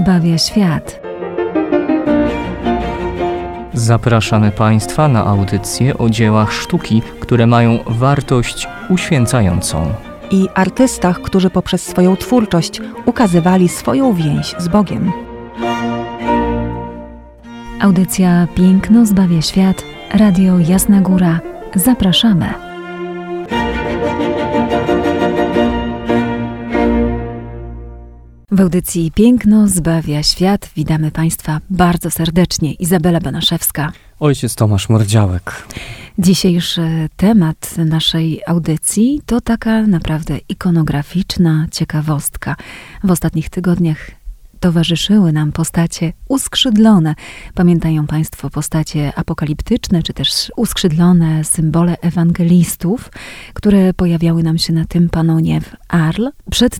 zbawia świat. Zapraszamy Państwa na audycję o dziełach sztuki, które mają wartość uświęcającą. I artystach, którzy poprzez swoją twórczość ukazywali swoją więź z Bogiem. Audycja Piękno zbawia świat. Radio Jasna Góra. Zapraszamy. W audycji Piękno zbawia świat witamy Państwa bardzo serdecznie. Izabela Banaszewska. Ojciec Tomasz Mordziałek. Dzisiejszy temat naszej audycji to taka naprawdę ikonograficzna ciekawostka. W ostatnich tygodniach towarzyszyły nam postacie uskrzydlone. Pamiętają Państwo postacie apokaliptyczne, czy też uskrzydlone symbole ewangelistów, które pojawiały nam się na tympanonie w Arles. Przed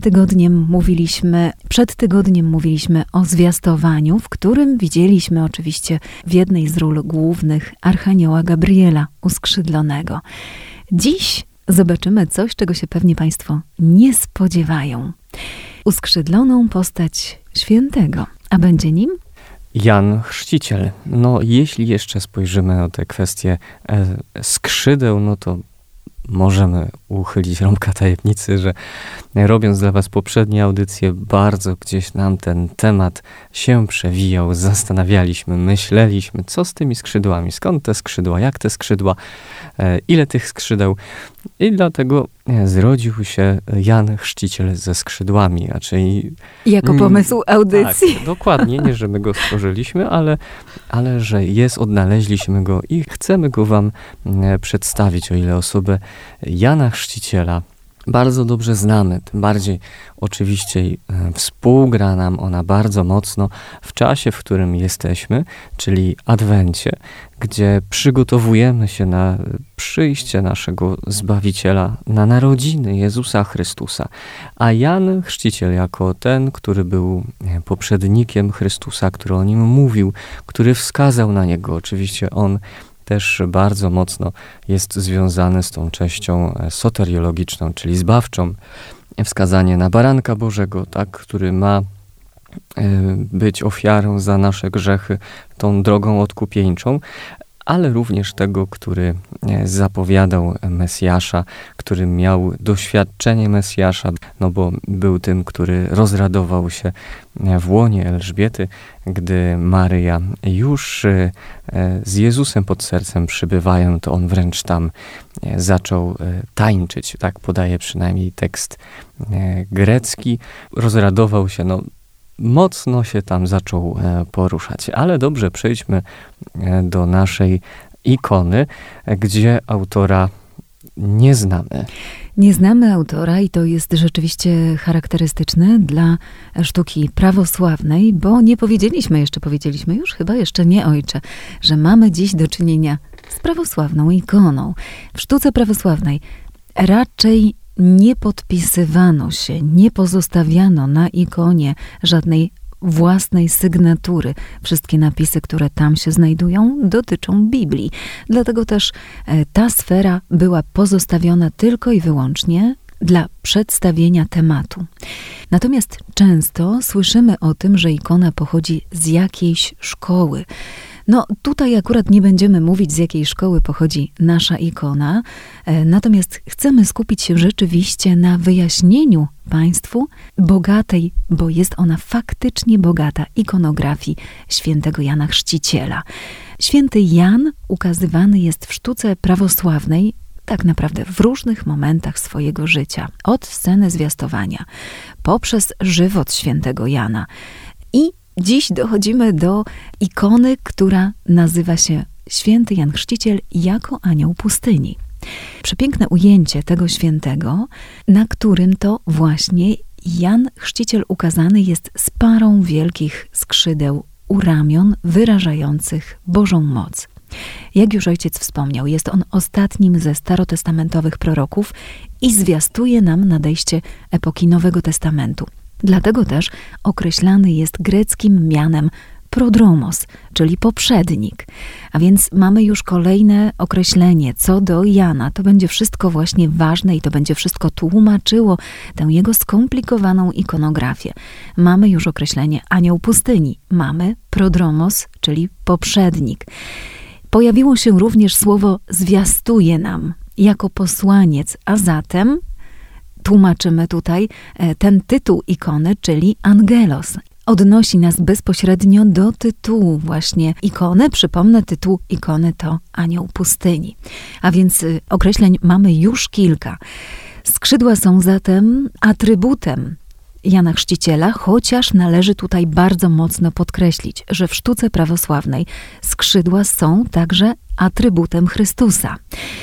tygodniem mówiliśmy o zwiastowaniu, w którym widzieliśmy oczywiście w jednej z ról głównych archanioła Gabriela uskrzydlonego. Dziś zobaczymy coś, czego się pewnie Państwo nie spodziewają. Uskrzydloną postać świętego. A będzie nim? Jan Chrzciciel. Jeśli jeszcze spojrzymy na te kwestie skrzydeł, to możemy uchylić rąbka tajemnicy, że robiąc dla Was poprzednie audycje, bardzo gdzieś nam ten temat się przewijał, zastanawialiśmy, myśleliśmy, co z tymi skrzydłami, skąd te skrzydła, jak te skrzydła, ile tych skrzydeł. I dlatego zrodził się Jan Chrzciciel ze skrzydłami, raczej... Jako pomysł audycji. Tak, dokładnie, nie że my go stworzyliśmy, ale że odnaleźliśmy go i chcemy go Wam przedstawić, o ile osobę Jana Chrzciciela bardzo dobrze znamy, tym bardziej oczywiście współgra nam ona bardzo mocno w czasie, w którym jesteśmy, czyli Adwencie, gdzie przygotowujemy się na przyjście naszego Zbawiciela, na narodziny Jezusa Chrystusa. A Jan Chrzciciel jako ten, który był poprzednikiem Chrystusa, który o nim mówił, który wskazał na niego, oczywiście on też bardzo mocno jest związany z tą częścią soteriologiczną, czyli zbawczą. Wskazanie na Baranka Bożego, który ma być ofiarą za nasze grzechy, tą drogą odkupieńczą, ale również tego, który zapowiadał Mesjasza, który miał doświadczenie Mesjasza, bo był tym, który rozradował się w łonie Elżbiety, gdy Maryja już z Jezusem pod sercem przybywają, to on wręcz tam zaczął tańczyć, tak podaje przynajmniej tekst grecki, rozradował się, mocno się tam zaczął poruszać. Ale dobrze, przejdźmy do naszej ikony, gdzie autora nie znamy. Nie znamy autora i to jest rzeczywiście charakterystyczne dla sztuki prawosławnej, bo nie powiedzieliśmy już chyba jeszcze nie, ojcze, że mamy dziś do czynienia z prawosławną ikoną. W sztuce prawosławnej raczej nie podpisywano się, nie pozostawiano na ikonie żadnej własnej sygnatury. Wszystkie napisy, które tam się znajdują, dotyczą Biblii. Dlatego też ta sfera była pozostawiona tylko i wyłącznie dla przedstawienia tematu. Natomiast często słyszymy o tym, że ikona pochodzi z jakiejś szkoły. Tutaj akurat nie będziemy mówić, z jakiej szkoły pochodzi nasza ikona, natomiast chcemy skupić się rzeczywiście na wyjaśnieniu Państwu bogatej, bo jest ona faktycznie bogata, ikonografii świętego Jana Chrzciciela. Święty Jan ukazywany jest w sztuce prawosławnej tak naprawdę w różnych momentach swojego życia, od sceny zwiastowania, poprzez żywot świętego Jana. I dziś dochodzimy do ikony, która nazywa się Święty Jan Chrzciciel jako anioł pustyni. Przepiękne ujęcie tego świętego, na którym to właśnie Jan Chrzciciel ukazany jest z parą wielkich skrzydeł u ramion wyrażających Bożą moc. Jak już ojciec wspomniał, jest on ostatnim ze starotestamentowych proroków i zwiastuje nam nadejście epoki Nowego Testamentu. Dlatego też określany jest greckim mianem prodromos, czyli poprzednik. A więc mamy już kolejne określenie co do Jana. To będzie wszystko właśnie ważne i to będzie wszystko tłumaczyło tę jego skomplikowaną ikonografię. Mamy już określenie anioł pustyni. Mamy prodromos, czyli poprzednik. Pojawiło się również słowo zwiastuje nam jako posłaniec, a zatem tłumaczymy tutaj ten tytuł ikony, czyli angelos. Odnosi nas bezpośrednio do tytułu właśnie ikony. Przypomnę, tytuł ikony to anioł pustyni. A więc określeń mamy już kilka. Skrzydła są zatem atrybutem Jana Chrzciciela, chociaż należy tutaj bardzo mocno podkreślić, że w sztuce prawosławnej skrzydła są także atrybutem Chrystusa.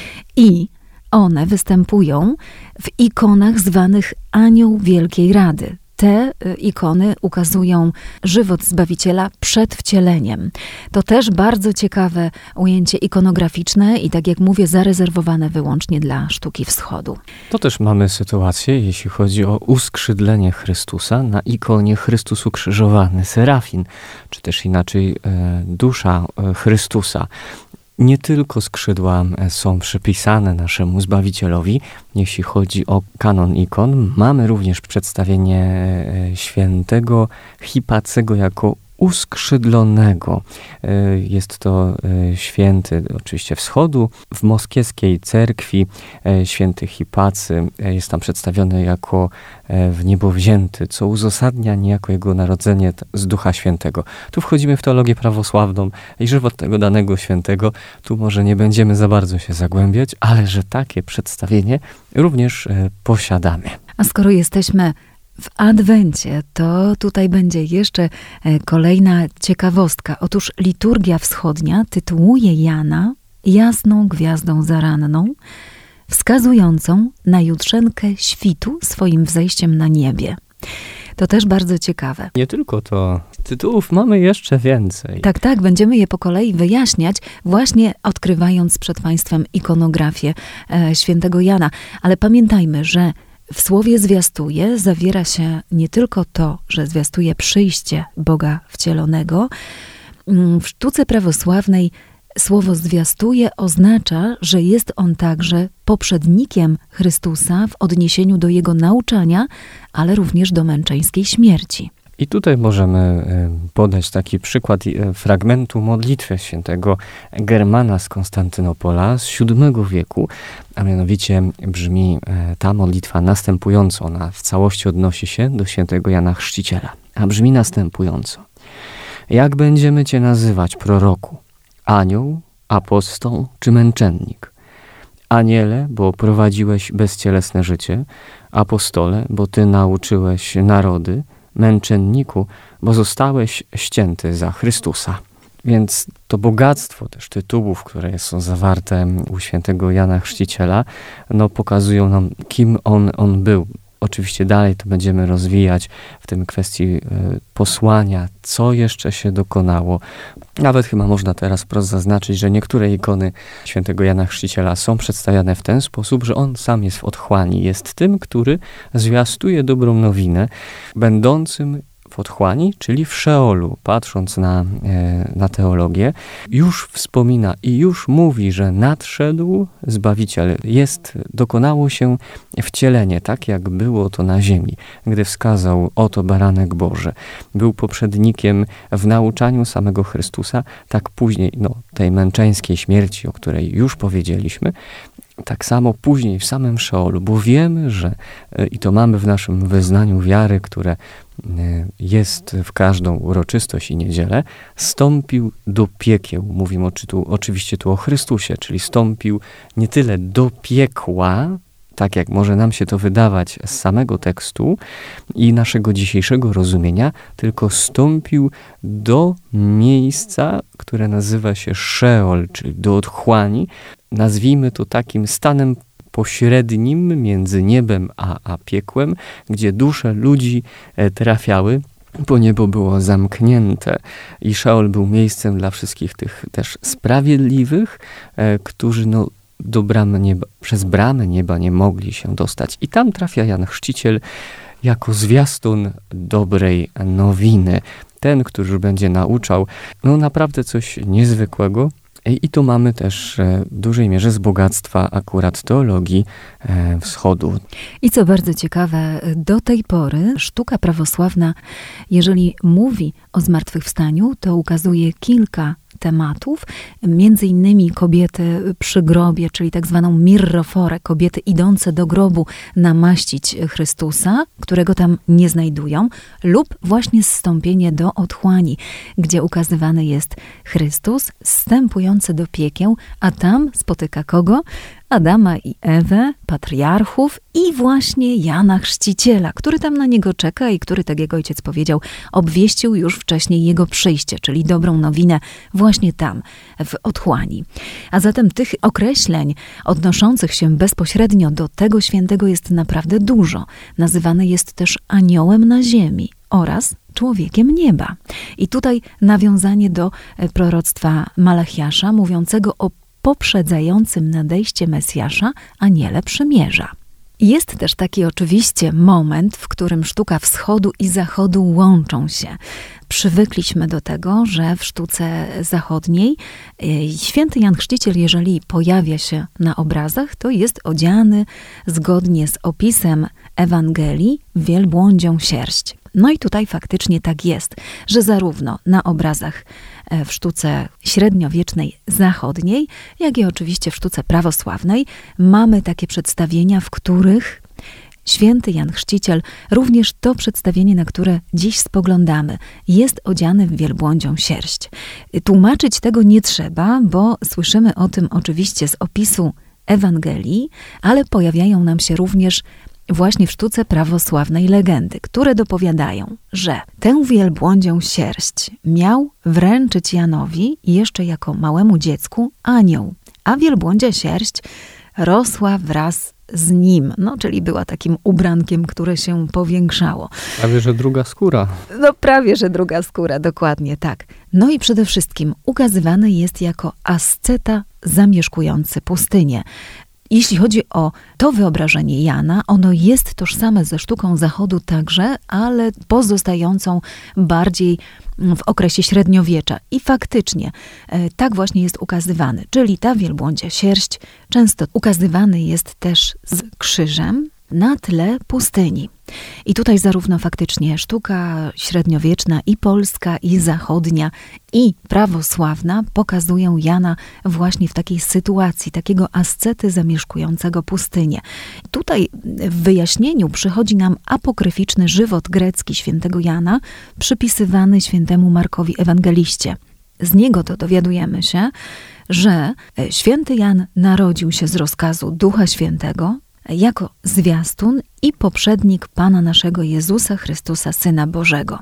I one występują w ikonach zwanych Anioł Wielkiej Rady. Te ikony ukazują żywot Zbawiciela przed wcieleniem. To też bardzo ciekawe ujęcie ikonograficzne i tak jak mówię, zarezerwowane wyłącznie dla sztuki wschodu. To też mamy sytuację, jeśli chodzi o uskrzydlenie Chrystusa na ikonie Chrystus ukrzyżowany, serafin, czy też inaczej dusza Chrystusa. Nie tylko skrzydła są przypisane naszemu Zbawicielowi, jeśli chodzi o kanon ikon. Mamy również przedstawienie świętego Hipacego jako uskrzydlonego. Jest to święty oczywiście wschodu. W moskiewskiej cerkwi święty Hipacy jest tam przedstawiony jako w niebo wzięty, co uzasadnia niejako jego narodzenie z Ducha Świętego. Tu wchodzimy w teologię prawosławną i żywot tego danego świętego. Tu może nie będziemy za bardzo się zagłębiać, ale że takie przedstawienie również posiadamy. A skoro jesteśmy w Adwencie, to tutaj będzie jeszcze kolejna ciekawostka. Otóż liturgia wschodnia tytułuje Jana jasną gwiazdą zaranną, wskazującą na jutrzenkę świtu swoim wzejściem na niebie. To też bardzo ciekawe. Nie tylko to. Tytułów mamy jeszcze więcej. Tak, będziemy je po kolei wyjaśniać, właśnie odkrywając przed Państwem ikonografię świętego Jana. Ale pamiętajmy, że w słowie zwiastuje zawiera się nie tylko to, że zwiastuje przyjście Boga wcielonego. W sztuce prawosławnej słowo zwiastuje oznacza, że jest on także poprzednikiem Chrystusa w odniesieniu do jego nauczania, ale również do męczeńskiej śmierci. I tutaj możemy podać taki przykład fragmentu modlitwy świętego Germana z Konstantynopola z VII wieku, a mianowicie brzmi ta modlitwa następująco. Ona w całości odnosi się do świętego Jana Chrzciciela, a brzmi następująco. Jak będziemy Cię nazywać, proroku? Anioł, apostoł czy męczennik? Aniele, bo prowadziłeś bezcielesne życie, apostole, bo Ty nauczyłeś narody, męczenniku, bo zostałeś ścięty za Chrystusa. Więc to bogactwo też tytułów, które są zawarte u świętego Jana Chrzciciela, pokazują nam, kim on był. Oczywiście dalej to będziemy rozwijać w tym kwestii posłania, co jeszcze się dokonało. Nawet chyba można teraz wprost zaznaczyć, że niektóre ikony świętego Jana Chrzciciela są przedstawiane w ten sposób, że on sam jest w otchłani. Jest tym, który zwiastuje dobrą nowinę, będącym w otchłani, czyli w Szeolu, patrząc na teologię, już wspomina i już mówi, że nadszedł Zbawiciel. Dokonało się wcielenie, tak jak było to na ziemi, gdy wskazał, oto baranek Boży. Był poprzednikiem w nauczaniu samego Chrystusa, tak później, tej męczeńskiej śmierci, o której już powiedzieliśmy, tak samo później w samym Szeolu, bo wiemy, że i to mamy w naszym wyznaniu wiary, które jest w każdą uroczystość i niedzielę, stąpił do piekieł. Mówimy oczywiście tu o Chrystusie, czyli stąpił nie tyle do piekła, tak jak może nam się to wydawać z samego tekstu i naszego dzisiejszego rozumienia, tylko stąpił do miejsca, które nazywa się Szeol, czyli do otchłani. Nazwijmy to takim stanem pośrednim między niebem a piekłem, gdzie dusze ludzi trafiały, bo niebo było zamknięte i Szeol był miejscem dla wszystkich tych też sprawiedliwych, którzy do bramy nieba, przez bramy nieba nie mogli się dostać. I tam trafia Jan Chrzciciel jako zwiastun dobrej nowiny. ten, który będzie nauczał, no naprawdę coś niezwykłego. I tu mamy też w dużej mierze z bogactwa akurat teologii wschodu. I co bardzo ciekawe, do tej pory sztuka prawosławna, jeżeli mówi o zmartwychwstaniu, to ukazuje kilka tematów, między innymi kobiety przy grobie, czyli tak zwaną mirroforę, kobiety idące do grobu namaścić Chrystusa, którego tam nie znajdują, lub właśnie zstąpienie do otchłani, gdzie ukazywany jest Chrystus zstępujący do piekieł, a tam spotyka kogo? Adama i Ewę, patriarchów i właśnie Jana Chrzciciela, który tam na niego czeka i który, tak jak ojciec powiedział, obwieścił już wcześniej jego przyjście, czyli dobrą nowinę właśnie tam, w otchłani. A zatem tych określeń odnoszących się bezpośrednio do tego świętego jest naprawdę dużo. Nazywany jest też aniołem na ziemi oraz człowiekiem nieba. I tutaj nawiązanie do proroctwa Malachiasza, mówiącego o poprzedzającym nadejście Mesjasza aniele przymierza. Jest też taki oczywiście moment, w którym sztuka wschodu i zachodu łączą się. Przywykliśmy do tego, że w sztuce zachodniej święty Jan Chrzciciel, jeżeli pojawia się na obrazach, to jest odziany zgodnie z opisem Ewangelii w wielbłądzią sierść. No i tutaj faktycznie tak jest, że zarówno na obrazach w sztuce średniowiecznej zachodniej, jak i oczywiście w sztuce prawosławnej mamy takie przedstawienia, w których święty Jan Chrzciciel, również to przedstawienie, na które dziś spoglądamy, jest odziany w wielbłądzią sierść. Tłumaczyć tego nie trzeba, bo słyszymy o tym oczywiście z opisu Ewangelii, ale pojawiają nam się również właśnie w sztuce prawosławnej legendy, które dopowiadają, że tę wielbłądzią sierść miał wręczyć Janowi jeszcze jako małemu dziecku anioł, a wielbłądzia sierść rosła wraz z nim, no czyli była takim ubrankiem, które się powiększało. Prawie, że druga skóra. No prawie, że druga skóra, dokładnie tak. No i przede wszystkim ukazywany jest jako asceta zamieszkujący pustynię. Jeśli chodzi o to wyobrażenie Jana, ono jest tożsame ze sztuką zachodu także, ale pozostającą bardziej w okresie średniowiecza. I faktycznie tak właśnie jest ukazywany. Czyli ta wielbłądzia sierść często ukazywany jest też z krzyżem na tle pustyni. I tutaj zarówno faktycznie sztuka średniowieczna i polska, i zachodnia, i prawosławna pokazują Jana właśnie w takiej sytuacji, takiego ascety zamieszkującego pustynię. Tutaj w wyjaśnieniu przychodzi nam apokryficzny żywot grecki świętego Jana, przypisywany świętemu Markowi Ewangeliście. Z niego to dowiadujemy się, że święty Jan narodził się z rozkazu Ducha Świętego, jako zwiastun i poprzednik Pana naszego Jezusa Chrystusa, Syna Bożego.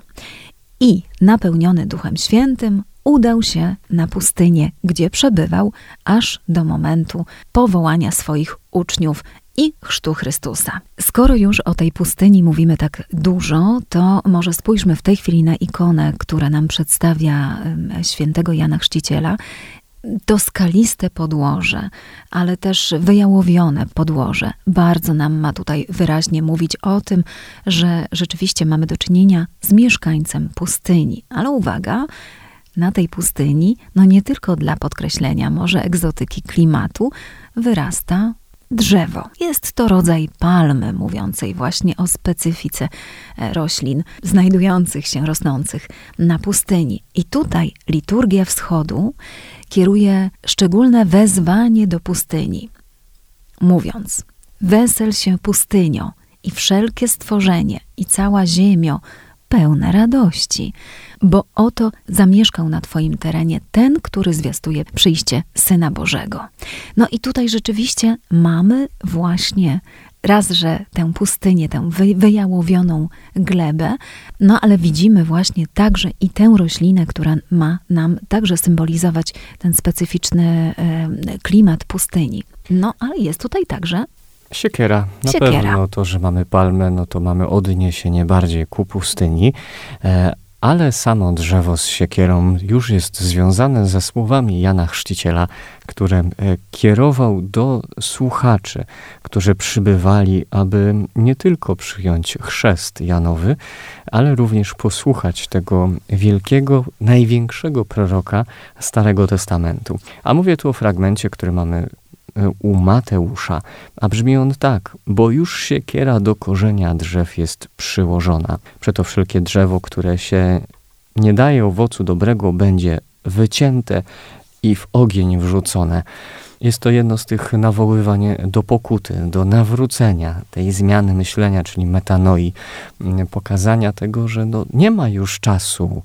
I napełniony Duchem Świętym udał się na pustynię, gdzie przebywał aż do momentu powołania swoich uczniów i chrztu Chrystusa. Skoro już o tej pustyni mówimy tak dużo, to może spójrzmy w tej chwili na ikonę, która nam przedstawia świętego Jana Chrzciciela. To skaliste podłoże, ale też wyjałowione podłoże bardzo nam ma tutaj wyraźnie mówić o tym, że rzeczywiście mamy do czynienia z mieszkańcem pustyni. Ale uwaga, na tej pustyni, no nie tylko dla podkreślenia może egzotyki klimatu, wyrasta drzewo. Jest to rodzaj palmy, mówiącej właśnie o specyfice roślin znajdujących się, rosnących na pustyni. I tutaj liturgia wschodu kieruje szczególne wezwanie do pustyni, mówiąc: wesel się pustynio i wszelkie stworzenie i cała ziemio pełne radości, bo oto zamieszkał na twoim terenie ten, który zwiastuje przyjście Syna Bożego. No i tutaj rzeczywiście mamy właśnie raz, że tę pustynię, tę wyjałowioną glebę, no ale widzimy właśnie także i tę roślinę, która ma nam także symbolizować ten specyficzny klimat pustyni. No ale jest tutaj także Siekiera. Pewno to, że mamy palmę, no to mamy odniesienie bardziej ku pustyni, ale samo drzewo z siekierą już jest związane ze słowami Jana Chrzciciela, które kierował do słuchaczy, którzy przybywali, aby nie tylko przyjąć chrzest Janowy, ale również posłuchać tego wielkiego, największego proroka Starego Testamentu. A mówię tu o fragmencie, który mamy u Mateusza, a brzmi on tak: bo już siekiera do korzenia drzew jest przyłożona. Przeto wszelkie drzewo, które się nie daje owocu dobrego, będzie wycięte i w ogień wrzucone. Jest to jedno z tych nawoływań do pokuty, do nawrócenia, tej zmiany myślenia, czyli metanoi, pokazania tego, że nie ma już czasu,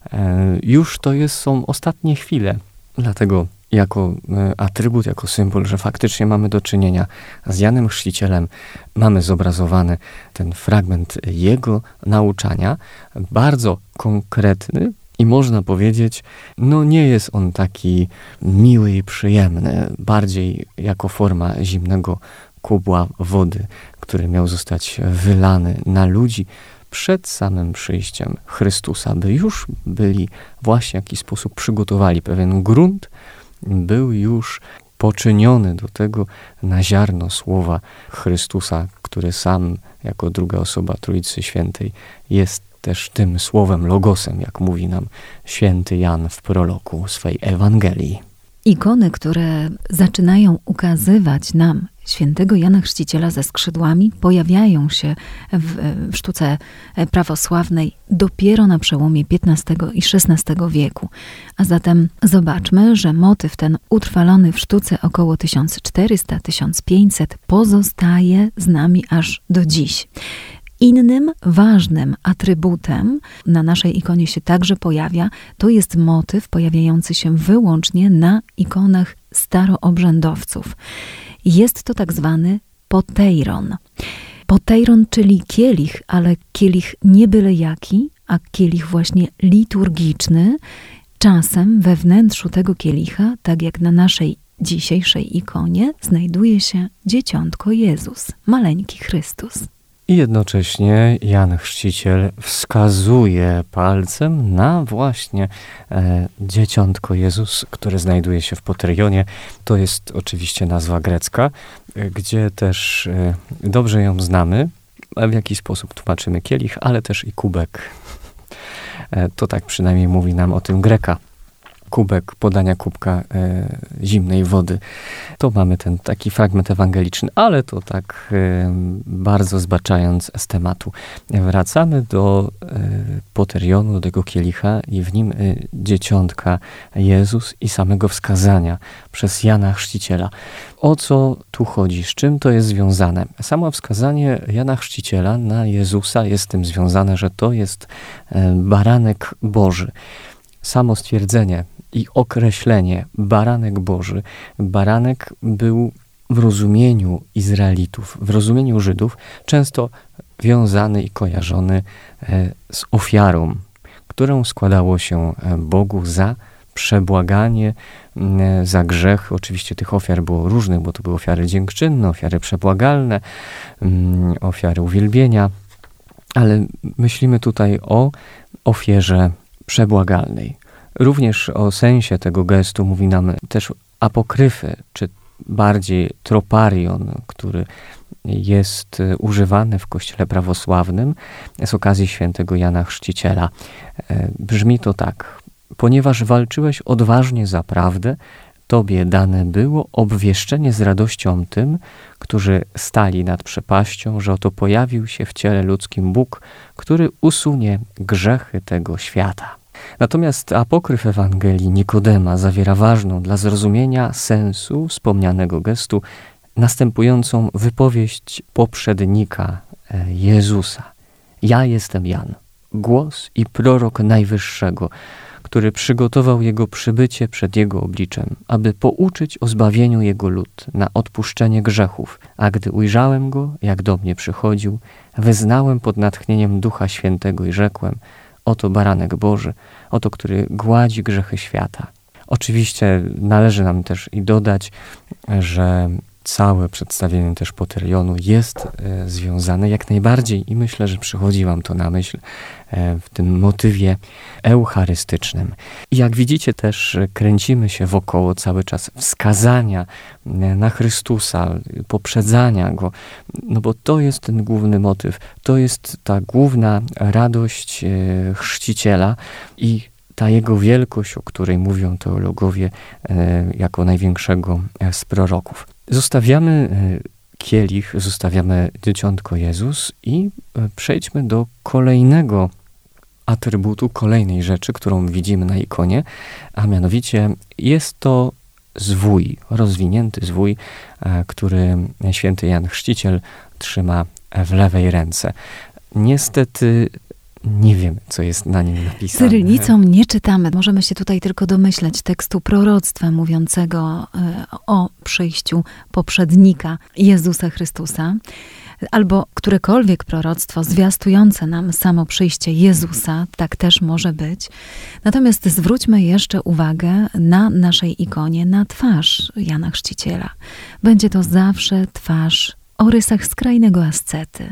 już to są ostatnie chwile. Dlatego jako atrybut, jako symbol, że faktycznie mamy do czynienia z Janem Chrzcicielem, mamy zobrazowany ten fragment jego nauczania, bardzo konkretny i można powiedzieć, nie jest on taki miły i przyjemny, bardziej jako forma zimnego kubła wody, który miał zostać wylany na ludzi przed samym przyjściem Chrystusa, by już byli właśnie w jakiś sposób przygotowali pewien grunt, był już poczyniony do tego na ziarno słowa Chrystusa, który sam jako druga osoba Trójcy Świętej jest też tym słowem, logosem, jak mówi nam święty Jan w prologu swej Ewangelii. Ikony, które zaczynają ukazywać nam świętego Jana Chrzciciela ze skrzydłami, pojawiają się w sztuce prawosławnej dopiero na przełomie XV i XVI wieku. A zatem zobaczmy, że motyw ten utrwalony w sztuce około 1400-1500 pozostaje z nami aż do dziś. Innym ważnym atrybutem na naszej ikonie się także pojawia, to jest motyw pojawiający się wyłącznie na ikonach staroobrzędowców. Jest to tak zwany poteiron. Poteiron, czyli kielich, ale kielich nie byle jaki, a kielich właśnie liturgiczny. Czasem we wnętrzu tego kielicha, tak jak na naszej dzisiejszej ikonie, znajduje się dzieciątko Jezus, maleńki Chrystus. I jednocześnie Jan Chrzciciel wskazuje palcem na właśnie dzieciątko Jezus, które znajduje się w Poteirionie. To jest oczywiście nazwa grecka, gdzie też dobrze ją znamy, w jaki sposób tłumaczymy kielich, ale też i kubek. To tak przynajmniej mówi nam o tym Greka. Kubek, podania kubka zimnej wody. To mamy ten taki fragment ewangeliczny, ale to tak bardzo zbaczając z tematu. Wracamy do Poterionu, do tego kielicha i w nim dzieciątka Jezus i samego wskazania przez Jana Chrzciciela. O co tu chodzi? Z czym to jest związane? Samo wskazanie Jana Chrzciciela na Jezusa jest z tym związane, że to jest baranek Boży. Samo stwierdzenie i określenie baranek Boży. Baranek był w rozumieniu Izraelitów, w rozumieniu Żydów często wiązany i kojarzony z ofiarą, którą składało się Bogu za przebłaganie, za grzech. Oczywiście tych ofiar było różnych, bo to były ofiary dziękczynne, ofiary przebłagalne, ofiary uwielbienia, ale myślimy tutaj o ofierze przebłagalnej. Również o sensie tego gestu mówi nam też apokryfy, czy bardziej troparion, który jest używany w Kościele prawosławnym z okazji świętego Jana Chrzciciela. Brzmi to tak: ponieważ walczyłeś odważnie za prawdę, Tobie dane było obwieszczenie z radością tym, którzy stali nad przepaścią, że oto pojawił się w ciele ludzkim Bóg, który usunie grzechy tego świata. Natomiast apokryf Ewangelii Nikodema zawiera ważną dla zrozumienia sensu wspomnianego gestu następującą wypowiedź poprzednika Jezusa. Ja jestem Jan, głos i prorok Najwyższego, który przygotował Jego przybycie przed Jego obliczem, aby pouczyć o zbawieniu Jego lud na odpuszczenie grzechów. A gdy ujrzałem Go, jak do mnie przychodził, wyznałem pod natchnieniem Ducha Świętego i rzekłem: oto baranek Boży, oto, który gładzi grzechy świata. Oczywiście należy nam też i dodać, że całe przedstawienie też Poterionu jest związane jak najbardziej i myślę, że przychodzi wam to na myśl w tym motywie eucharystycznym. I jak widzicie też kręcimy się wokoło cały czas wskazania na Chrystusa, poprzedzania Go, no bo to jest ten główny motyw, to jest ta główna radość chrzciciela i ta Jego wielkość, o której mówią teologowie jako największego z proroków. Zostawiamy kielich, zostawiamy Dzieciątko Jezus i przejdźmy do kolejnego atrybutu, kolejnej rzeczy, którą widzimy na ikonie, a mianowicie jest to zwój, rozwinięty zwój, który święty Jan Chrzciciel trzyma w lewej ręce. Niestety nie wiemy, co jest na nim napisane. Cyrylicą nie czytamy. Możemy się tutaj tylko domyślać tekstu proroctwa mówiącego o przyjściu poprzednika Jezusa Chrystusa, albo którekolwiek proroctwo zwiastujące nam samo przyjście Jezusa, tak też może być. Natomiast zwróćmy jeszcze uwagę na naszej ikonie, na twarz Jana Chrzciciela. Będzie to zawsze twarz o rysach skrajnego ascety,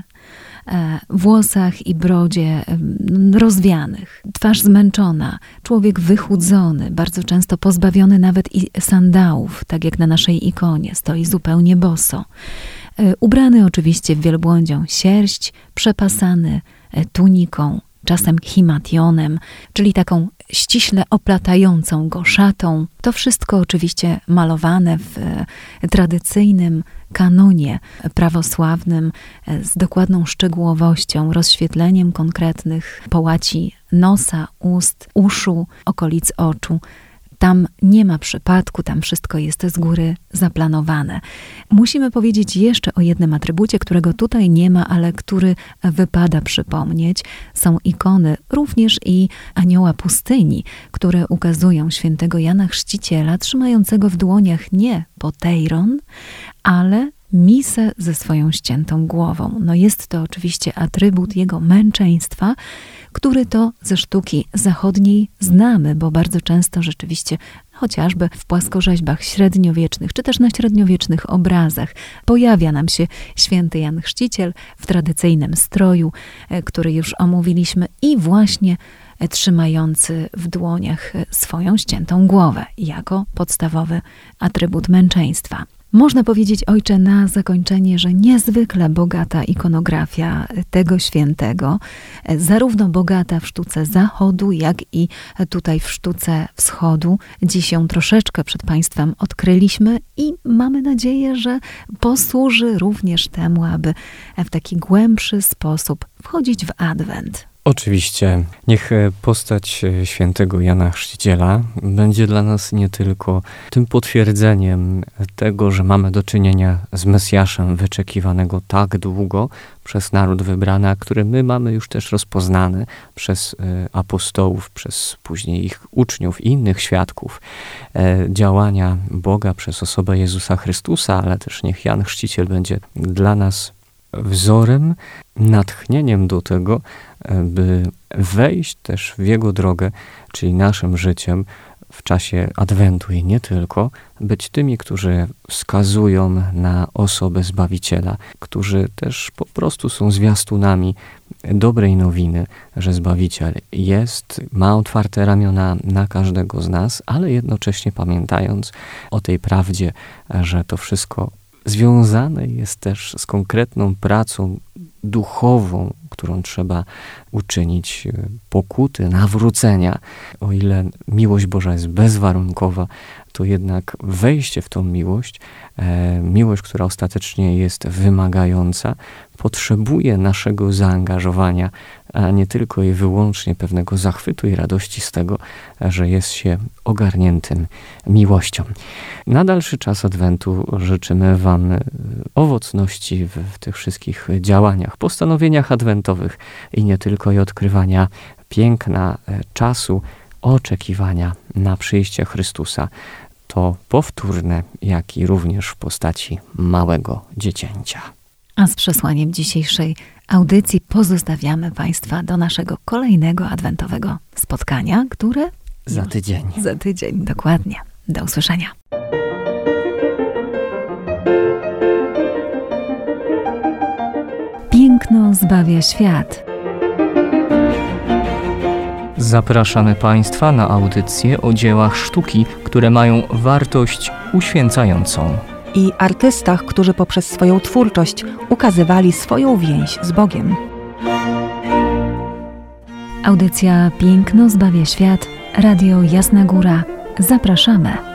włosach i brodzie rozwianych, twarz zmęczona, człowiek wychudzony, bardzo często pozbawiony nawet i sandałów, tak jak na naszej ikonie, stoi zupełnie boso. Ubrany oczywiście w wielbłądzią sierść, przepasany tuniką, czasem himationem, czyli taką ściśle oplatającą go szatą. To wszystko oczywiście malowane w tradycyjnym kanonie prawosławnym z dokładną szczegółowością, rozświetleniem konkretnych połaci nosa, ust, uszu, okolic oczu. Tam nie ma przypadku, tam wszystko jest z góry zaplanowane. Musimy powiedzieć jeszcze o jednym atrybucie, którego tutaj nie ma, ale który wypada przypomnieć. Są ikony również i anioła pustyni, które ukazują świętego Jana Chrzciciela trzymającego w dłoniach nie poteiron, ale misę ze swoją ściętą głową. No jest to oczywiście atrybut jego męczeństwa, który to ze sztuki zachodniej znamy, bo bardzo często rzeczywiście chociażby w płaskorzeźbach średniowiecznych, czy też na średniowiecznych obrazach pojawia nam się święty Jan Chrzciciel w tradycyjnym stroju, który już omówiliśmy i właśnie trzymający w dłoniach swoją ściętą głowę jako podstawowy atrybut męczeństwa. Można powiedzieć, ojcze, na zakończenie, że niezwykle bogata ikonografia tego świętego, zarówno bogata w sztuce zachodu, jak i tutaj w sztuce wschodu. Dziś ją troszeczkę przed Państwem odkryliśmy i mamy nadzieję, że posłuży również temu, aby w taki głębszy sposób wchodzić w Adwent. Oczywiście, niech postać świętego Jana Chrzciciela będzie dla nas nie tylko tym potwierdzeniem tego, że mamy do czynienia z Mesjaszem wyczekiwanego tak długo przez naród wybrany, a który my mamy już też rozpoznany przez apostołów, przez później ich uczniów i innych świadków działania Boga przez osobę Jezusa Chrystusa, ale też niech Jan Chrzciciel będzie dla nas wzorem, natchnieniem do tego, by wejść też w Jego drogę, czyli naszym życiem w czasie Adwentu i nie tylko, być tymi, którzy wskazują na osobę Zbawiciela, którzy też po prostu są zwiastunami dobrej nowiny, że Zbawiciel jest, ma otwarte ramiona na każdego z nas, ale jednocześnie pamiętając o tej prawdzie, że to wszystko związane jest też z konkretną pracą duchową, którą trzeba uczynić, pokuty, nawrócenia. O ile miłość Boża jest bezwarunkowa, to jednak wejście w tą miłość, miłość, która ostatecznie jest wymagająca, potrzebuje naszego zaangażowania, a nie tylko i wyłącznie pewnego zachwytu i radości z tego, że jest się ogarniętym miłością. Na dalszy czas Adwentu życzymy Wam owocności w tych wszystkich działaniach, postanowieniach adwentowych i nie tylko, i odkrywania piękna czasu oczekiwania na przyjście Chrystusa. To powtórne, jak i również w postaci małego dziecięcia. A z przesłaniem dzisiejszej audycji pozostawiamy Państwa do naszego kolejnego adwentowego spotkania, które... Za tydzień. Za tydzień, dokładnie. Do usłyszenia. Piękno zbawia świat. Zapraszamy Państwa na audycje o dziełach sztuki, które mają wartość uświęcającą. I artystach, którzy poprzez swoją twórczość ukazywali swoją więź z Bogiem. Audycja Piękno zbawia świat. Radio Jasna Góra. Zapraszamy.